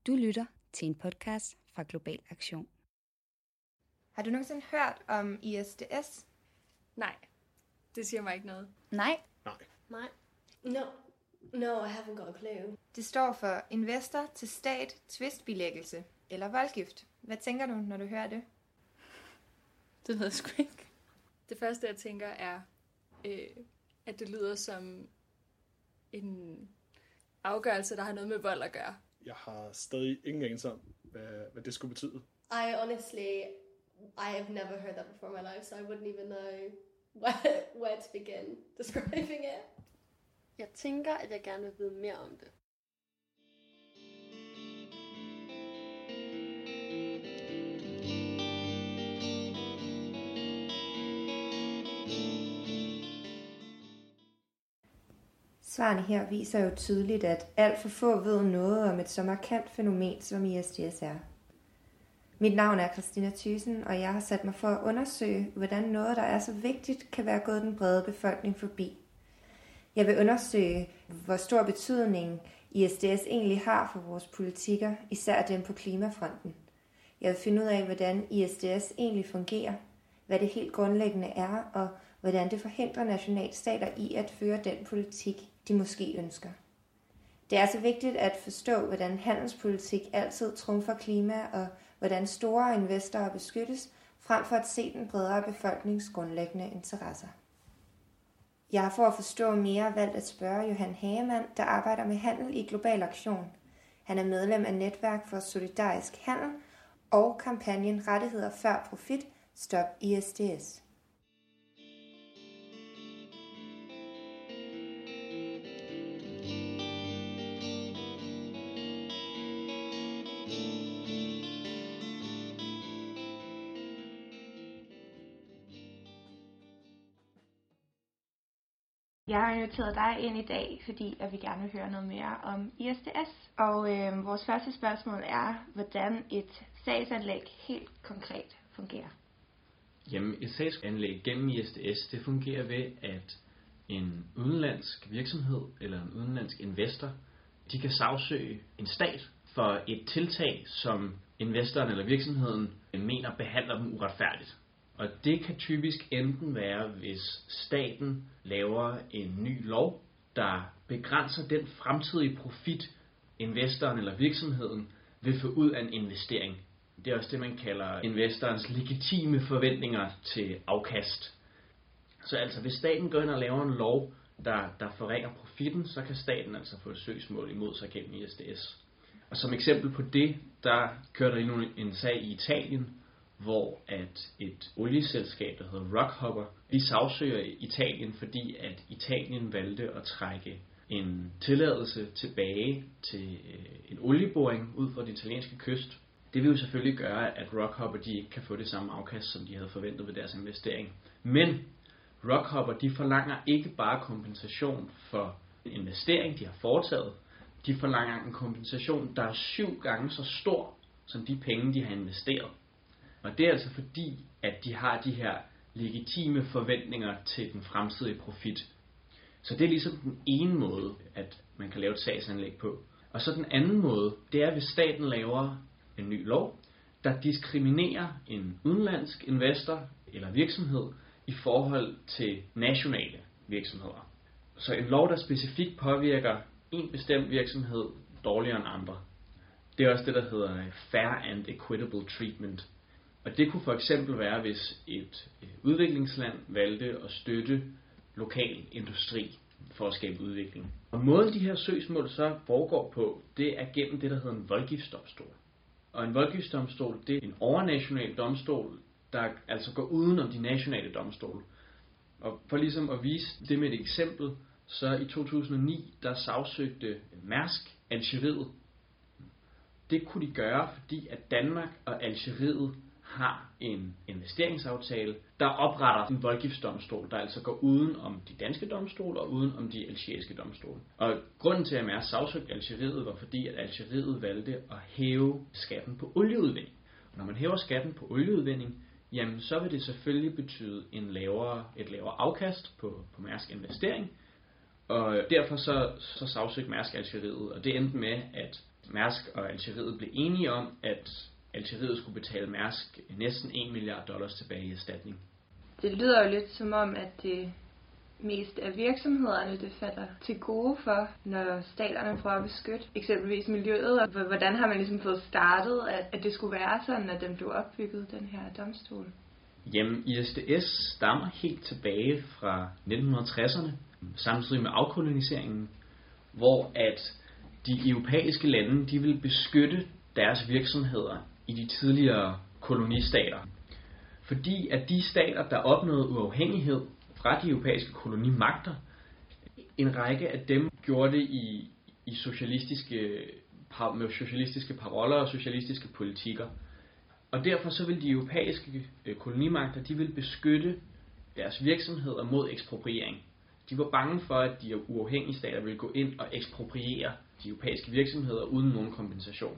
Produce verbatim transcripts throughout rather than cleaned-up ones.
Du lytter til en podcast fra Global Aktion. Har du nogensinde hørt om I S D S? Nej, det siger mig ikke noget. Nej. Nej. Nej. No. No, I haven't got a clue. Det står for Investor til Stat Tvistbilæggelse eller voldgift. Hvad tænker du, når du hører det? Det ved jeg sgu ikke. Det første, jeg tænker, er, øh, at det lyder som en afgørelse, der har noget med vold at gøre. Jeg har stadig ingen anelse om, hvad, hvad det skulle betyde. I honestly, I have never heard that before in my life, so I wouldn't even know where, where to begin describing it. Jeg tænker, at jeg gerne vil vide mere om det. Svarene her viser jo tydeligt, at alt for få ved noget om et så markant fænomen, som I S D S er. Mit navn er Christina Thyssen, og jeg har sat mig for at undersøge, hvordan noget, der er så vigtigt, kan være gået den brede befolkning forbi. Jeg vil undersøge, hvor stor betydning I S D S egentlig har for vores politikker, især dem på klimafronten. Jeg vil finde ud af, hvordan I S D S egentlig fungerer, hvad det helt grundlæggende er, og hvordan det forhindrer nationalstater i at føre den politik, de måske ønsker. Det er så vigtigt at forstå, hvordan handelspolitik altid trumfer klima, og hvordan store investorer beskyttes, frem for at se den bredere befolknings grundlæggende interesser. Jeg har for at forstå mere valgt at spørge Johan Hagemann, der arbejder med handel i Global Aktion. Han er medlem af Netværk for Solidarisk Handel og kampagnen Rettigheder før profit, Stop I S D S. Jeg har inviteret dig ind i dag, fordi at vi gerne vil høre noget mere om I S D S. Og øh, vores første spørgsmål er, hvordan et sagsanlæg helt konkret fungerer. Jamen, et sagsanlæg gennem I S D S, det fungerer ved, at en udenlandsk virksomhed eller en udenlandsk investor, de kan sagsøge en stat for et tiltag, som investoren eller virksomheden mener behandler dem uretfærdigt. Og det kan typisk enten være, hvis staten laver en ny lov, der begrænser den fremtidige profit, investoren eller virksomheden vil få ud af en investering. Det er også det, man kalder investorens legitime forventninger til afkast. Så altså, hvis staten går ind og laver en lov, der, der forringer profitten, så kan staten altså få et søgsmål imod sig gennem I S D S. Og som eksempel på det, der kørte der nu en sag i Italien, hvor at et olieselskab, der hedder Rockhopper, de sagsøger Italien, fordi at Italien valgte at trække en tilladelse tilbage til en olieboring ud fra den italienske kyst. Det vil jo selvfølgelig gøre, at Rockhopper de ikke kan få det samme afkast, som de havde forventet ved deres investering. Men Rockhopper de forlanger ikke bare kompensation for en investering, de har foretaget. De forlanger en kompensation, der er syv gange så stor, som de penge, de har investeret. Og det er altså fordi, at de har de her legitime forventninger til den fremtidige profit. Så det er ligesom den ene måde, at man kan lave et sagsanlæg på. Og så den anden måde, det er, hvis staten laver en ny lov, der diskriminerer en udenlandsk investor eller virksomhed i forhold til nationale virksomheder. Så en lov, der specifikt påvirker en bestemt virksomhed dårligere end andre. Det er også det, der hedder fair and equitable treatment. Og det kunne for eksempel være, hvis et udviklingsland valgte at støtte lokal industri for at skabe udvikling. Og måden de her søgsmål så foregår på, det er gennem det, der hedder en voldgiftsdomstol. Og en voldgiftsdomstol, det er en overnational domstol, der altså går uden om de nationale domstole. Og for ligesom at vise det med et eksempel, så i to tusind og ni, der sagsøgte Mærsk Algeriet. Det kunne de gøre, fordi at Danmark og Algeriet har en investeringsaftale, der opretter en voldgiftsdomstol, der altså går uden om de danske domstole og uden om de algeriske domstole. Og grunden til, at Mærsk sagsøgte Algeriet, var fordi, at Algeriet valgte at hæve skatten på olieudvinding. Og når man hæver skatten på olieudvinding, jamen så vil det selvfølgelig betyde en lavere, et lavere afkast på, på Mærsk investering. Og derfor så, så sagsøgte Mærsk Algeriet, og det endte med, at Mærsk og Algeriet blev enige om, at Algeriet skulle betale Mærsk næsten en milliard dollars tilbage i erstatning. Det lyder jo lidt som om, at det mest af virksomhederne, det falder til gode for, når staterne prøver at beskytte eksempelvis miljøet. Og hvordan har man ligesom fået startet, at, at det skulle være sådan, at den blev opbygget, den her domstol? Jamen, I S D S stammer helt tilbage fra nitten tresserne, samtidig med afkoloniseringen, hvor at de europæiske lande, de vil beskytte deres virksomheder i de tidligere kolonistater. Fordi at de stater, der opnåede uafhængighed fra de europæiske kolonimagter, en række af dem gjorde det i, i socialistiske, med socialistiske paroler og socialistiske politikker. Og derfor så vil de europæiske kolonimagter, de vil beskytte deres virksomheder mod ekspropriering. De var bange for, at de uafhængige stater ville gå ind og ekspropriere de europæiske virksomheder uden nogen kompensation.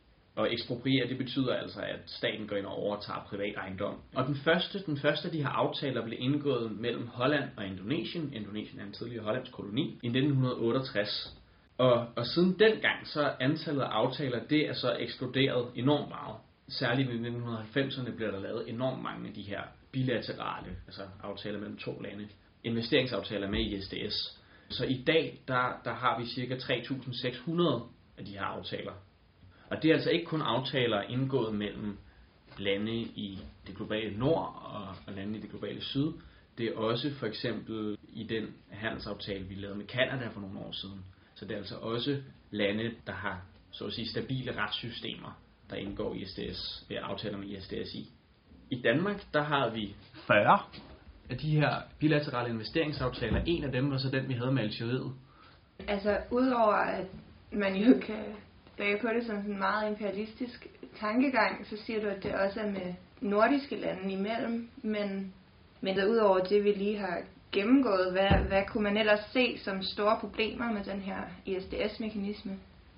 Og ekspropriere, det betyder altså, at staten går ind og overtager privat ejendom. Og den første, den første af de her aftaler blev indgået mellem Holland og Indonesien. Indonesien er en tidligere hollandsk koloni i nitten otteogtres. Og, og siden dengang, så er antallet af aftaler, det er så eksploderet enormt meget. Særligt i nitten halvfemserne bliver der lavet enormt mange af de her bilaterale, altså aftaler mellem to lande. Investeringsaftaler med I S D S. Så i dag, der, der har vi cirka tre tusind seks hundrede af de her aftaler. Og det er altså ikke kun aftaler indgået mellem lande i det globale nord og, og lande i det globale syd. Det er også for eksempel i den handelsaftale, vi lavede med Canada for nogle år siden. Så det er altså også lande, der har så at sige stabile retssystemer, der indgår i I S D S, ved aftaler med I S D S i. I Danmark, der har vi fyrre af de her bilaterale investeringsaftaler. En af dem var så den, vi havde med Algeriet. Altså, udover at man jo kan bage på det som sådan en meget imperialistisk tankegang, så siger du, at det også er med nordiske lande imellem. Men, men så udover det, vi lige har gennemgået, hvad, hvad kunne man ellers se som store problemer med den her I S D S-mekanisme?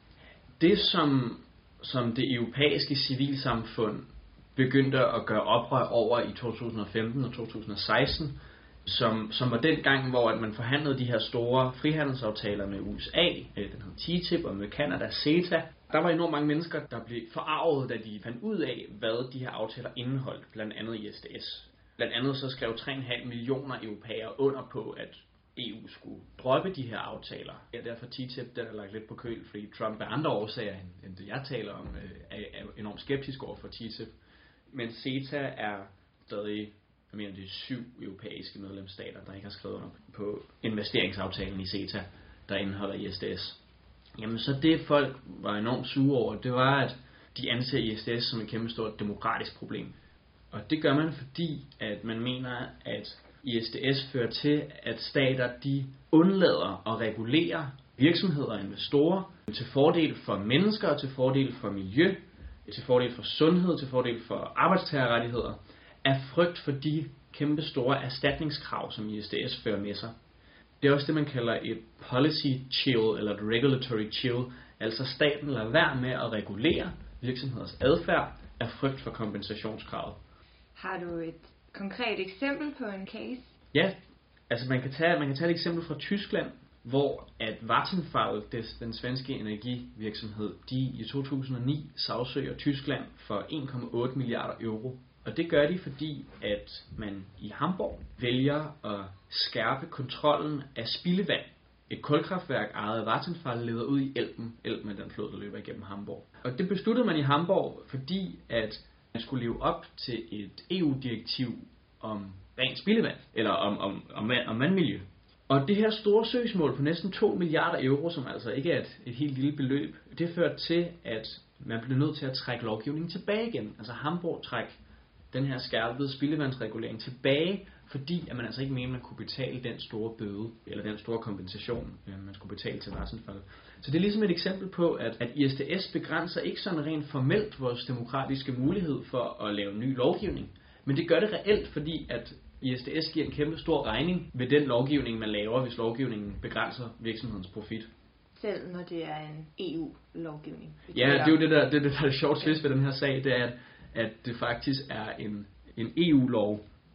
Det, som, som det europæiske civilsamfund begyndte at gøre oprør over i to tusind og femten og to tusind og seksten, som, som var den gang, hvor at man forhandlede de her store frihandelsaftaler med U S A, den hed T T I P, og med Canada, CETA. Der var enormt mange mennesker, der blev forarvet, da de fandt ud af, hvad de her aftaler indeholdt, blandt andet I S D S. Blandt andet så skrev tre komma fem millioner europæere under på, at E U skulle droppe de her aftaler. Ja, derfor T T I P, den er lagt lidt på køl, fordi Trump af andre årsager, end det jeg taler om, er, er enormt skeptisk over for T T I P. Men CETA er stadig mere end de syv europæiske medlemsstater, der ikke har skrevet under på investeringsaftalen i CETA, der indeholder I S D S. Jamen så det folk var enormt sure over, det var, at de anser I S D S som et kæmpe stort demokratisk problem. Og det gør man, fordi at man mener, at I S D S fører til, at stater de undlader at regulere virksomheder og investorer til fordel for mennesker, til fordel for miljø, til fordel for sundhed, til fordel for arbejdstagerrettigheder, af frygt for de kæmpe store erstatningskrav, som I S D S fører med sig. Det er også det, man kalder et policy chill, eller et regulatory chill, altså staten lader være med at regulere virksomheders adfærd af frygt for kompensationskravet. Har du et konkret eksempel på en case? Ja, altså man kan tage, man kan tage et eksempel fra Tyskland, hvor at Vattenfall, den svenske energivirksomhed, de i to tusind og ni sagsøger Tyskland for en komma otte milliarder euro. Og det gør de, fordi at man i Hamburg vælger at skærpe kontrollen af spildevand. Et kulkraftværk ejet af Vattenfall leder ud i Elben. Elben er den flod, der løber igennem Hamburg. Og det besluttede man i Hamburg, fordi at man skulle leve op til et E U-direktiv om rent spildevand, eller om, om, om, om vandmiljø. Og det her store søgsmål på næsten to milliarder euro, som altså ikke er et, et helt lille beløb, det førte til, at man blev nødt til at trække lovgivningen tilbage igen. Altså Hamburg træk den her skærpede spildevandsregulering tilbage, fordi at man altså ikke mente, man kunne betale den store bøde, eller den store kompensation, man skulle betale til Vattenfall. Så det er ligesom et eksempel på, at, at I S D S begrænser ikke sådan rent formelt vores demokratiske mulighed for at lave ny lovgivning, men det gør det reelt, fordi at I S D S giver en kæmpe stor regning ved den lovgivning, man laver, hvis lovgivningen begrænser virksomhedens profit. Selv når det er en E U-lovgivning. Ja, det er jo det, der, det, der er det sjovt twist ved den her sag, det er, at, at det faktisk er en, en E U-lov,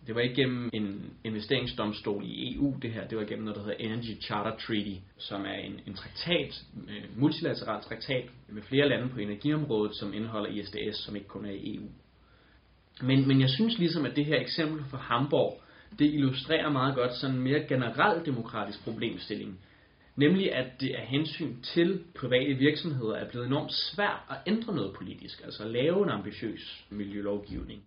Det var ikke gennem en investeringsdomstol i E U, det her. Det var gennem noget, der hedder Energy Charter Treaty, som er en, en traktat, en multilateral traktat med flere lande på energiområdet, som indeholder I S D S, som ikke kun er i E U. Men, men jeg synes ligesom, at det her eksempel fra Hamburg, det illustrerer meget godt sådan en mere generel demokratisk problemstilling. Nemlig at det af hensyn til private virksomheder er blevet enormt svært at ændre noget politisk, altså at lave en ambitiøs miljølovgivning.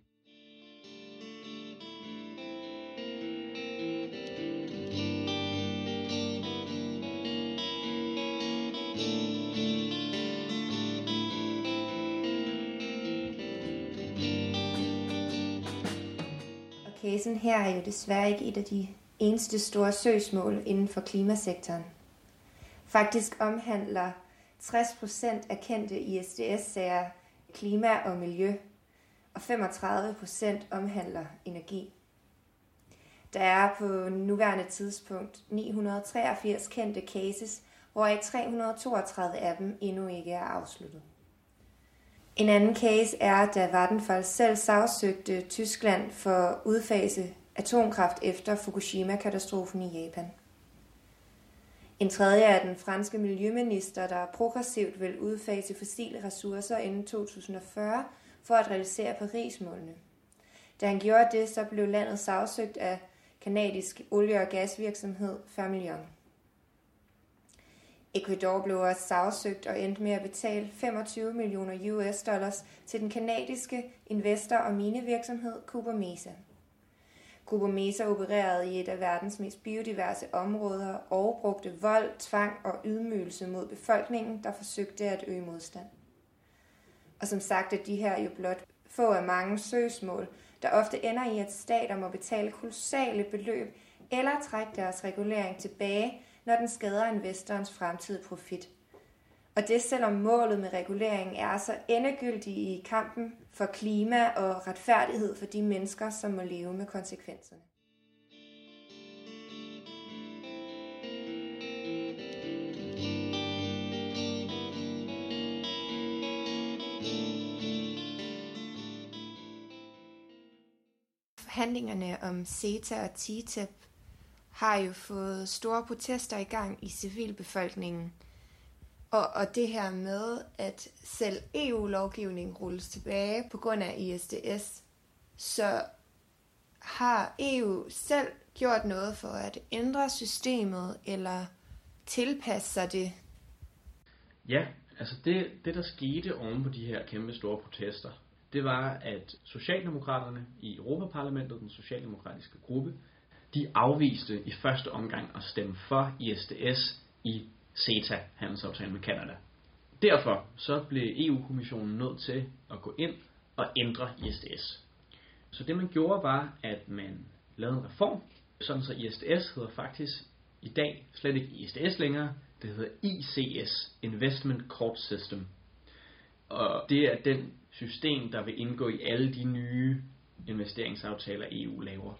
Casen her er jo desværre ikke et af de eneste store søgsmål inden for klimasektoren. Faktisk omhandler tres procent af kendte I S D S-sager klima og miljø, og femogtredive procent omhandler energi. Der er på nuværende tidspunkt ni hundrede og treogfirs kendte cases, hvoraf tre hundrede og toogtredive af dem endnu ikke er afsluttet. En anden case er, da Vattenfall selv sagsøgte Tyskland for at udfase atomkraft efter Fukushima-katastrofen i Japan. En tredje er den franske miljøminister, der progressivt vil udfase fossile ressourcer inden to tusind og fyrre for at realisere Paris-målene. Da han gjorde det, så blev landet sagsøgt af kanadisk olie- og gasvirksomhed Fermilion. Ecuador blev også sagsøgt og endte med at betale femogtyve millioner U S dollars til den kanadiske investor- og minevirksomhed Cooper Mesa. Cooper Mesa opererede i et af verdens mest biodiverse områder og brugte vold, tvang og ydmygelse mod befolkningen, der forsøgte at øge modstand. Og som sagt er de her jo blot få af mange søgsmål, der ofte ender i, at stater må betale kolossale beløb eller trække deres regulering tilbage, når den skader investorens fremtidige profit. Og det selvom målet med reguleringen er så endegyldigt i kampen for klima og retfærdighed for de mennesker, som må leve med konsekvenserne. Forhandlingerne om CETA og T T I P har jo fået store protester i gang i civilbefolkningen. Og, og det her med, at selv E U-lovgivningen rulles tilbage på grund af I S D S, så har E U selv gjort noget for at ændre systemet eller tilpasse sig det? Ja, altså det, det der skete oven på de her kæmpe store protester, det var, at Socialdemokraterne i Europaparlamentet, den socialdemokratiske gruppe, de afviste i første omgang at stemme for I S D S i CETA, handelsaftalen med Canada. Derfor så blev E U-kommissionen nødt til at gå ind og ændre I S D S. Så det man gjorde var, at man lavede en reform, sådan så I S D S hedder faktisk i dag slet ikke I S D S længere, det hedder I C S, Investment Court System. Og det er den system, der vil indgå i alle de nye investeringsaftaler, E U laver.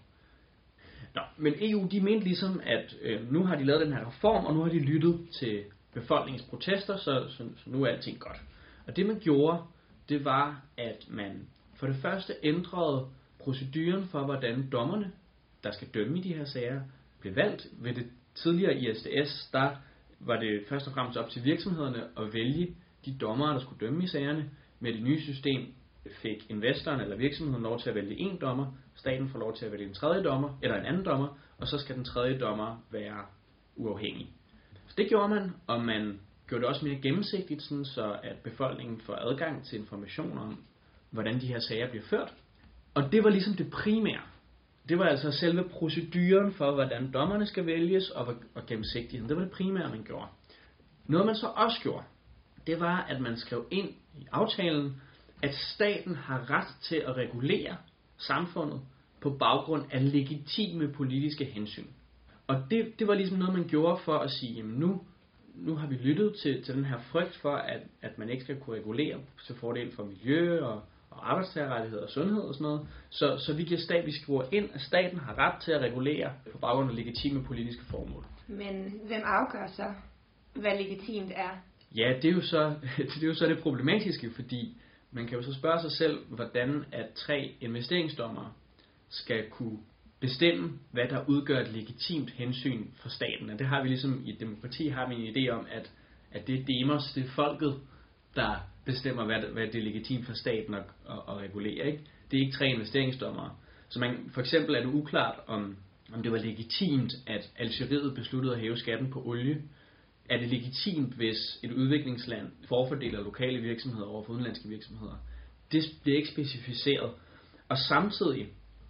Nå, men E U, de mente ligesom, at øh, nu har de lavet den her reform, og nu har de lyttet til befolkningens protester, så, så, så nu er alting godt. Og det man gjorde, det var, at man for det første ændrede proceduren for, hvordan dommerne, der skal dømme i de her sager, blev valgt. Ved det tidligere I S D S, der var det først og fremmest op til virksomhederne at vælge de dommere, der skulle dømme i sagerne. Med det nye system fik investoren eller virksomheden lov til at vælge en dommer, staten får lov til at vælge en tredje dommer, eller en anden dommer, og så skal den tredje dommer være uafhængig. Så det gjorde man, og man gjorde det også mere gennemsigtigt, sådan så at befolkningen får adgang til information om, hvordan de her sager bliver ført. Og det var ligesom det primære. Det var altså selve proceduren for, hvordan dommerne skal vælges, og, og gennemsigtigheden. Det var det primære, man gjorde. Noget man så også gjorde, det var, at man skrev ind i aftalen, at staten har ret til at regulere samfundet på baggrund af legitime politiske hensyn. Og det, det var ligesom noget, man gjorde for at sige, jamen nu, nu har vi lyttet til, til den her frygt for, at, at man ikke skal kunne regulere til fordel for miljø og, og arbejdstagerrettigheder og sundhed og sådan noget. Så, så vi, giver stat, vi skriver ind, at staten har ret til at regulere på baggrund af legitime politiske formål. Men hvem afgør så, hvad legitimt er? Ja, det er jo så det, er jo så det problematiske, fordi man kan jo så spørge sig selv, hvordan at tre investeringsdommere skal kunne bestemme, hvad der udgør et legitimt hensyn for staten. Og det har vi ligesom i et demokrati, har vi en idé om, at, at det er demos, det er folket, der bestemmer, hvad, hvad det er legitimt for staten at, at, at regulere. Ikke? Det er ikke tre investeringsdommere. Så man, for eksempel er det uklart, om, om det var legitimt, at Algeriet besluttede at hæve skatten på olie. Er det legitimt, hvis et udviklingsland forfordeler lokale virksomheder over for udenlandske virksomheder? Det bliver ikke specificeret. Og samtidig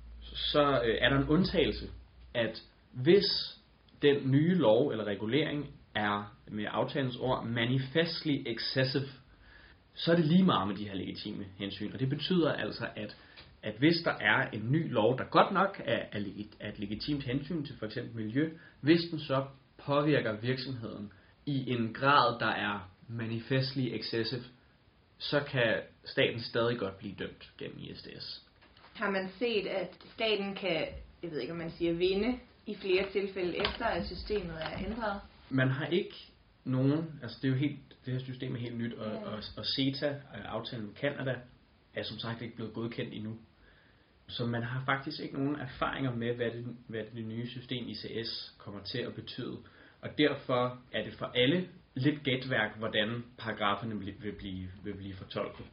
så øh, er der en undtagelse, at hvis den nye lov eller regulering er med aftalens ord manifestly excessive, så er det lige meget med de her legitime hensyn. Og det betyder altså, at, at hvis der er en ny lov, der godt nok er, er, er et legitimt hensyn til for eksempel miljø, hvis den så påvirker virksomheden i en grad, der er manifestly excessive, så kan staten stadig godt blive dømt gennem I S D S. Har man set, at staten kan, jeg ved ikke om man siger, vinde i flere tilfælde efter, at systemet er ændret? Man har ikke nogen, altså det er jo helt, det her system er helt nyt, og, ja. og, og CETA, aftalen med Canada, er som sagt ikke blevet godkendt endnu. Så man har faktisk ikke nogen erfaringer med, hvad det, hvad det nye system I C S kommer til at betyde. Og derfor er det for alle lidt gætværk, hvordan paragraferne vil blive, vil blive fortolket.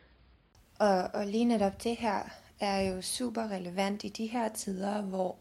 Og, og lige netop det her er jo super relevant i de her tider, hvor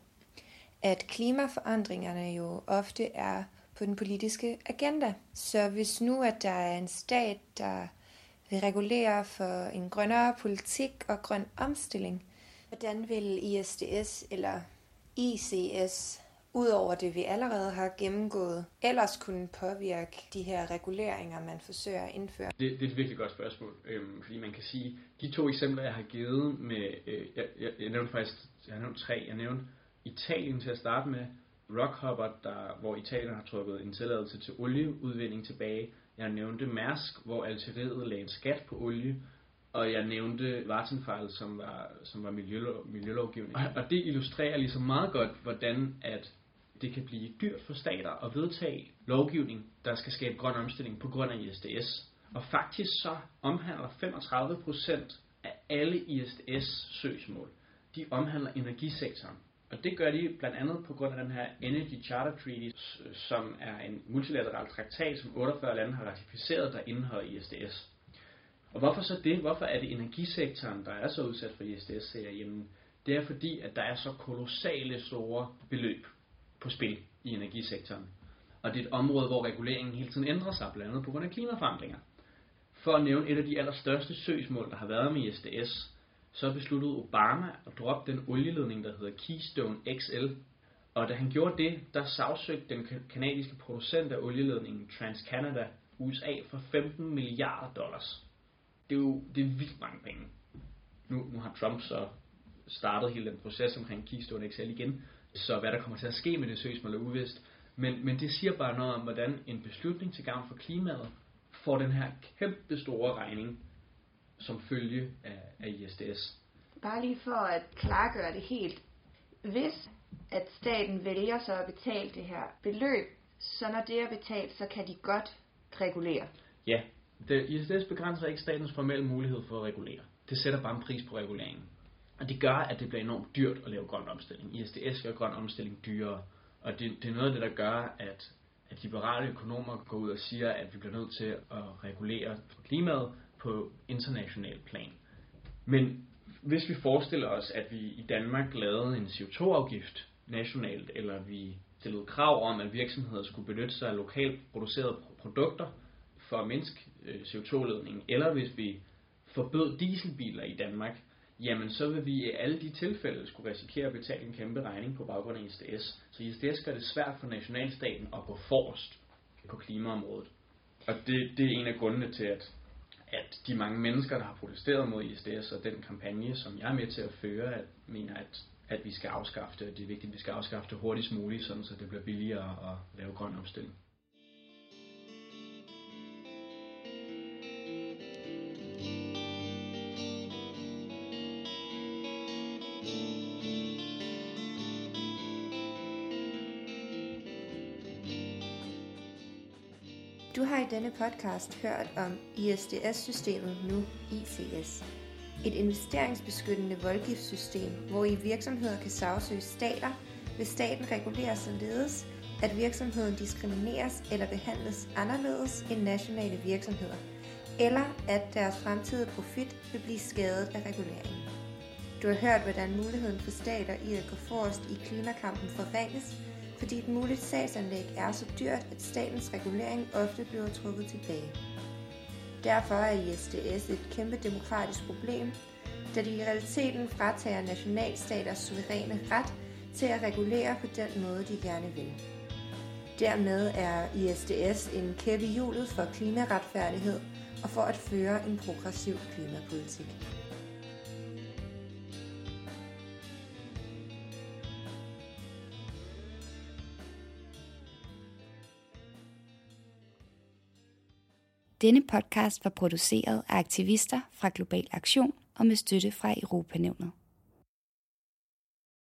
at klimaforandringerne jo ofte er på den politiske agenda. Så hvis nu, at der er en stat, der vil regulere for en grønnere politik og grøn omstilling, hvordan vil I S D S eller I C S, udover det vi allerede har gennemgået, ellers kunne påvirke de her reguleringer, man forsøger at indføre? Det, det er et virkelig godt spørgsmål, øhm, fordi man kan sige, de to eksempler, jeg har givet med, øh, jeg, jeg, jeg nævnte faktisk, jeg har nævnt tre, jeg nævnte Italien til at starte med, Rockhopper, der, hvor Italien har trukket en tilladelse til olieudvinding tilbage. Jeg nævnte Mærsk, hvor Algeriet lagde en skat på olie, og jeg nævnte Vattenfall, som var, som var miljølov, miljølovgivning. Og, og det illustrerer ligesom meget godt, hvordan at det kan blive dyrt for stater at vedtage lovgivning, der skal skabe grøn omstilling på grund af I S D S. Og faktisk så omhandler femogtredive procent af alle I S D S-søgsmål, de omhandler energisektoren. Og det gør de blandt andet på grund af den her Energy Charter Treaty, som er en multilateral traktat, som otteogfyrre lande har ratificeret, der indeholder I S D S. Og hvorfor så det? Hvorfor er det energisektoren, der er så udsat for I S D S, siger jeg? Jamen, det er fordi, at der er så kolossale store beløb på spil i energisektoren. Og det er et område, hvor reguleringen hele tiden ændrer sig, blandt andet på grund af klimaforandringer. For at nævne et af de allerstørste søgsmål, der har været med I S D S, så besluttede Obama at droppe den olieledning, der hedder Keystone X L. Og da han gjorde det, der sagsøgte den kanadiske producent af olieledningen TransCanada U S A for femten milliarder dollars. Det er jo det er vildt mange penge. Nu, nu har Trump så startet hele den proces omkring Keystone X L igen, så hvad der kommer til at ske med det søgsmål er uvist. Men, men det siger bare noget om, hvordan en beslutning til gavn for klimaet får den her kæmpe store regning som følge af, af I S D S. Bare lige for at klargøre det helt. Hvis at staten vælger så at betale det her beløb, så når det er betalt, så kan de godt regulere. Ja, det, I S D S begrænser ikke statens formelle mulighed for at regulere. Det sætter bare en pris på reguleringen. Og det gør, at det bliver enormt dyrt at lave grøn omstilling. I S D S gør grøn omstilling dyrere. Og det, det er noget af det, der gør, at, at liberale økonomer går ud og siger, at vi bliver nødt til at regulere klimaet på international plan. Men hvis vi forestiller os, at vi i Danmark lavede en C O to afgift nationalt, eller vi stillede krav om, at virksomheder skulle benytte sig af lokalt producerede produkter for at mindske C O to ledningen, eller hvis vi forbød dieselbiler i Danmark, jamen så vil vi i alle de tilfælde skulle risikere at betale en kæmpe regning på baggrund af I S D S. Så I S D S gør det svært for nationalstaten at gå forrest på klimaområdet. Og det, det er en af grundene til, at, at de mange mennesker, der har protesteret mod I S D S og den kampagne, som jeg er med til at føre, at, mener, at, at vi skal afskaffe det, og det er vigtigt, at vi skal afskaffe det hurtigst muligt, sådan så det bliver billigere at lave grøn omstilling. Du har i denne podcast hørt om I S D S-systemet, nu I C S. et investeringsbeskyttende voldgiftssystem, hvor i virksomheder kan sagsøge stater, hvis staten regulerer således, at virksomheden diskrimineres eller behandles anderledes end nationale virksomheder, eller at deres fremtidige profit vil blive skadet af reguleringen. Du har hørt, hvordan muligheden for stater i at gå forrest i klimakampen forringes, fordi et muligt sagsanlæg er så dyrt, at statens regulering ofte bliver trukket tilbage. Derfor er I S D S et kæmpe demokratisk problem, da de i realiteten fratager nationalstaters suveræne ret til at regulere på den måde, de gerne vil. Dermed er I S D S en kæppe i hjulet for klimaretfærdighed og for at føre en progressiv klimapolitik. Denne podcast var produceret af aktivister fra Global Aktion og med støtte fra Europanævnet.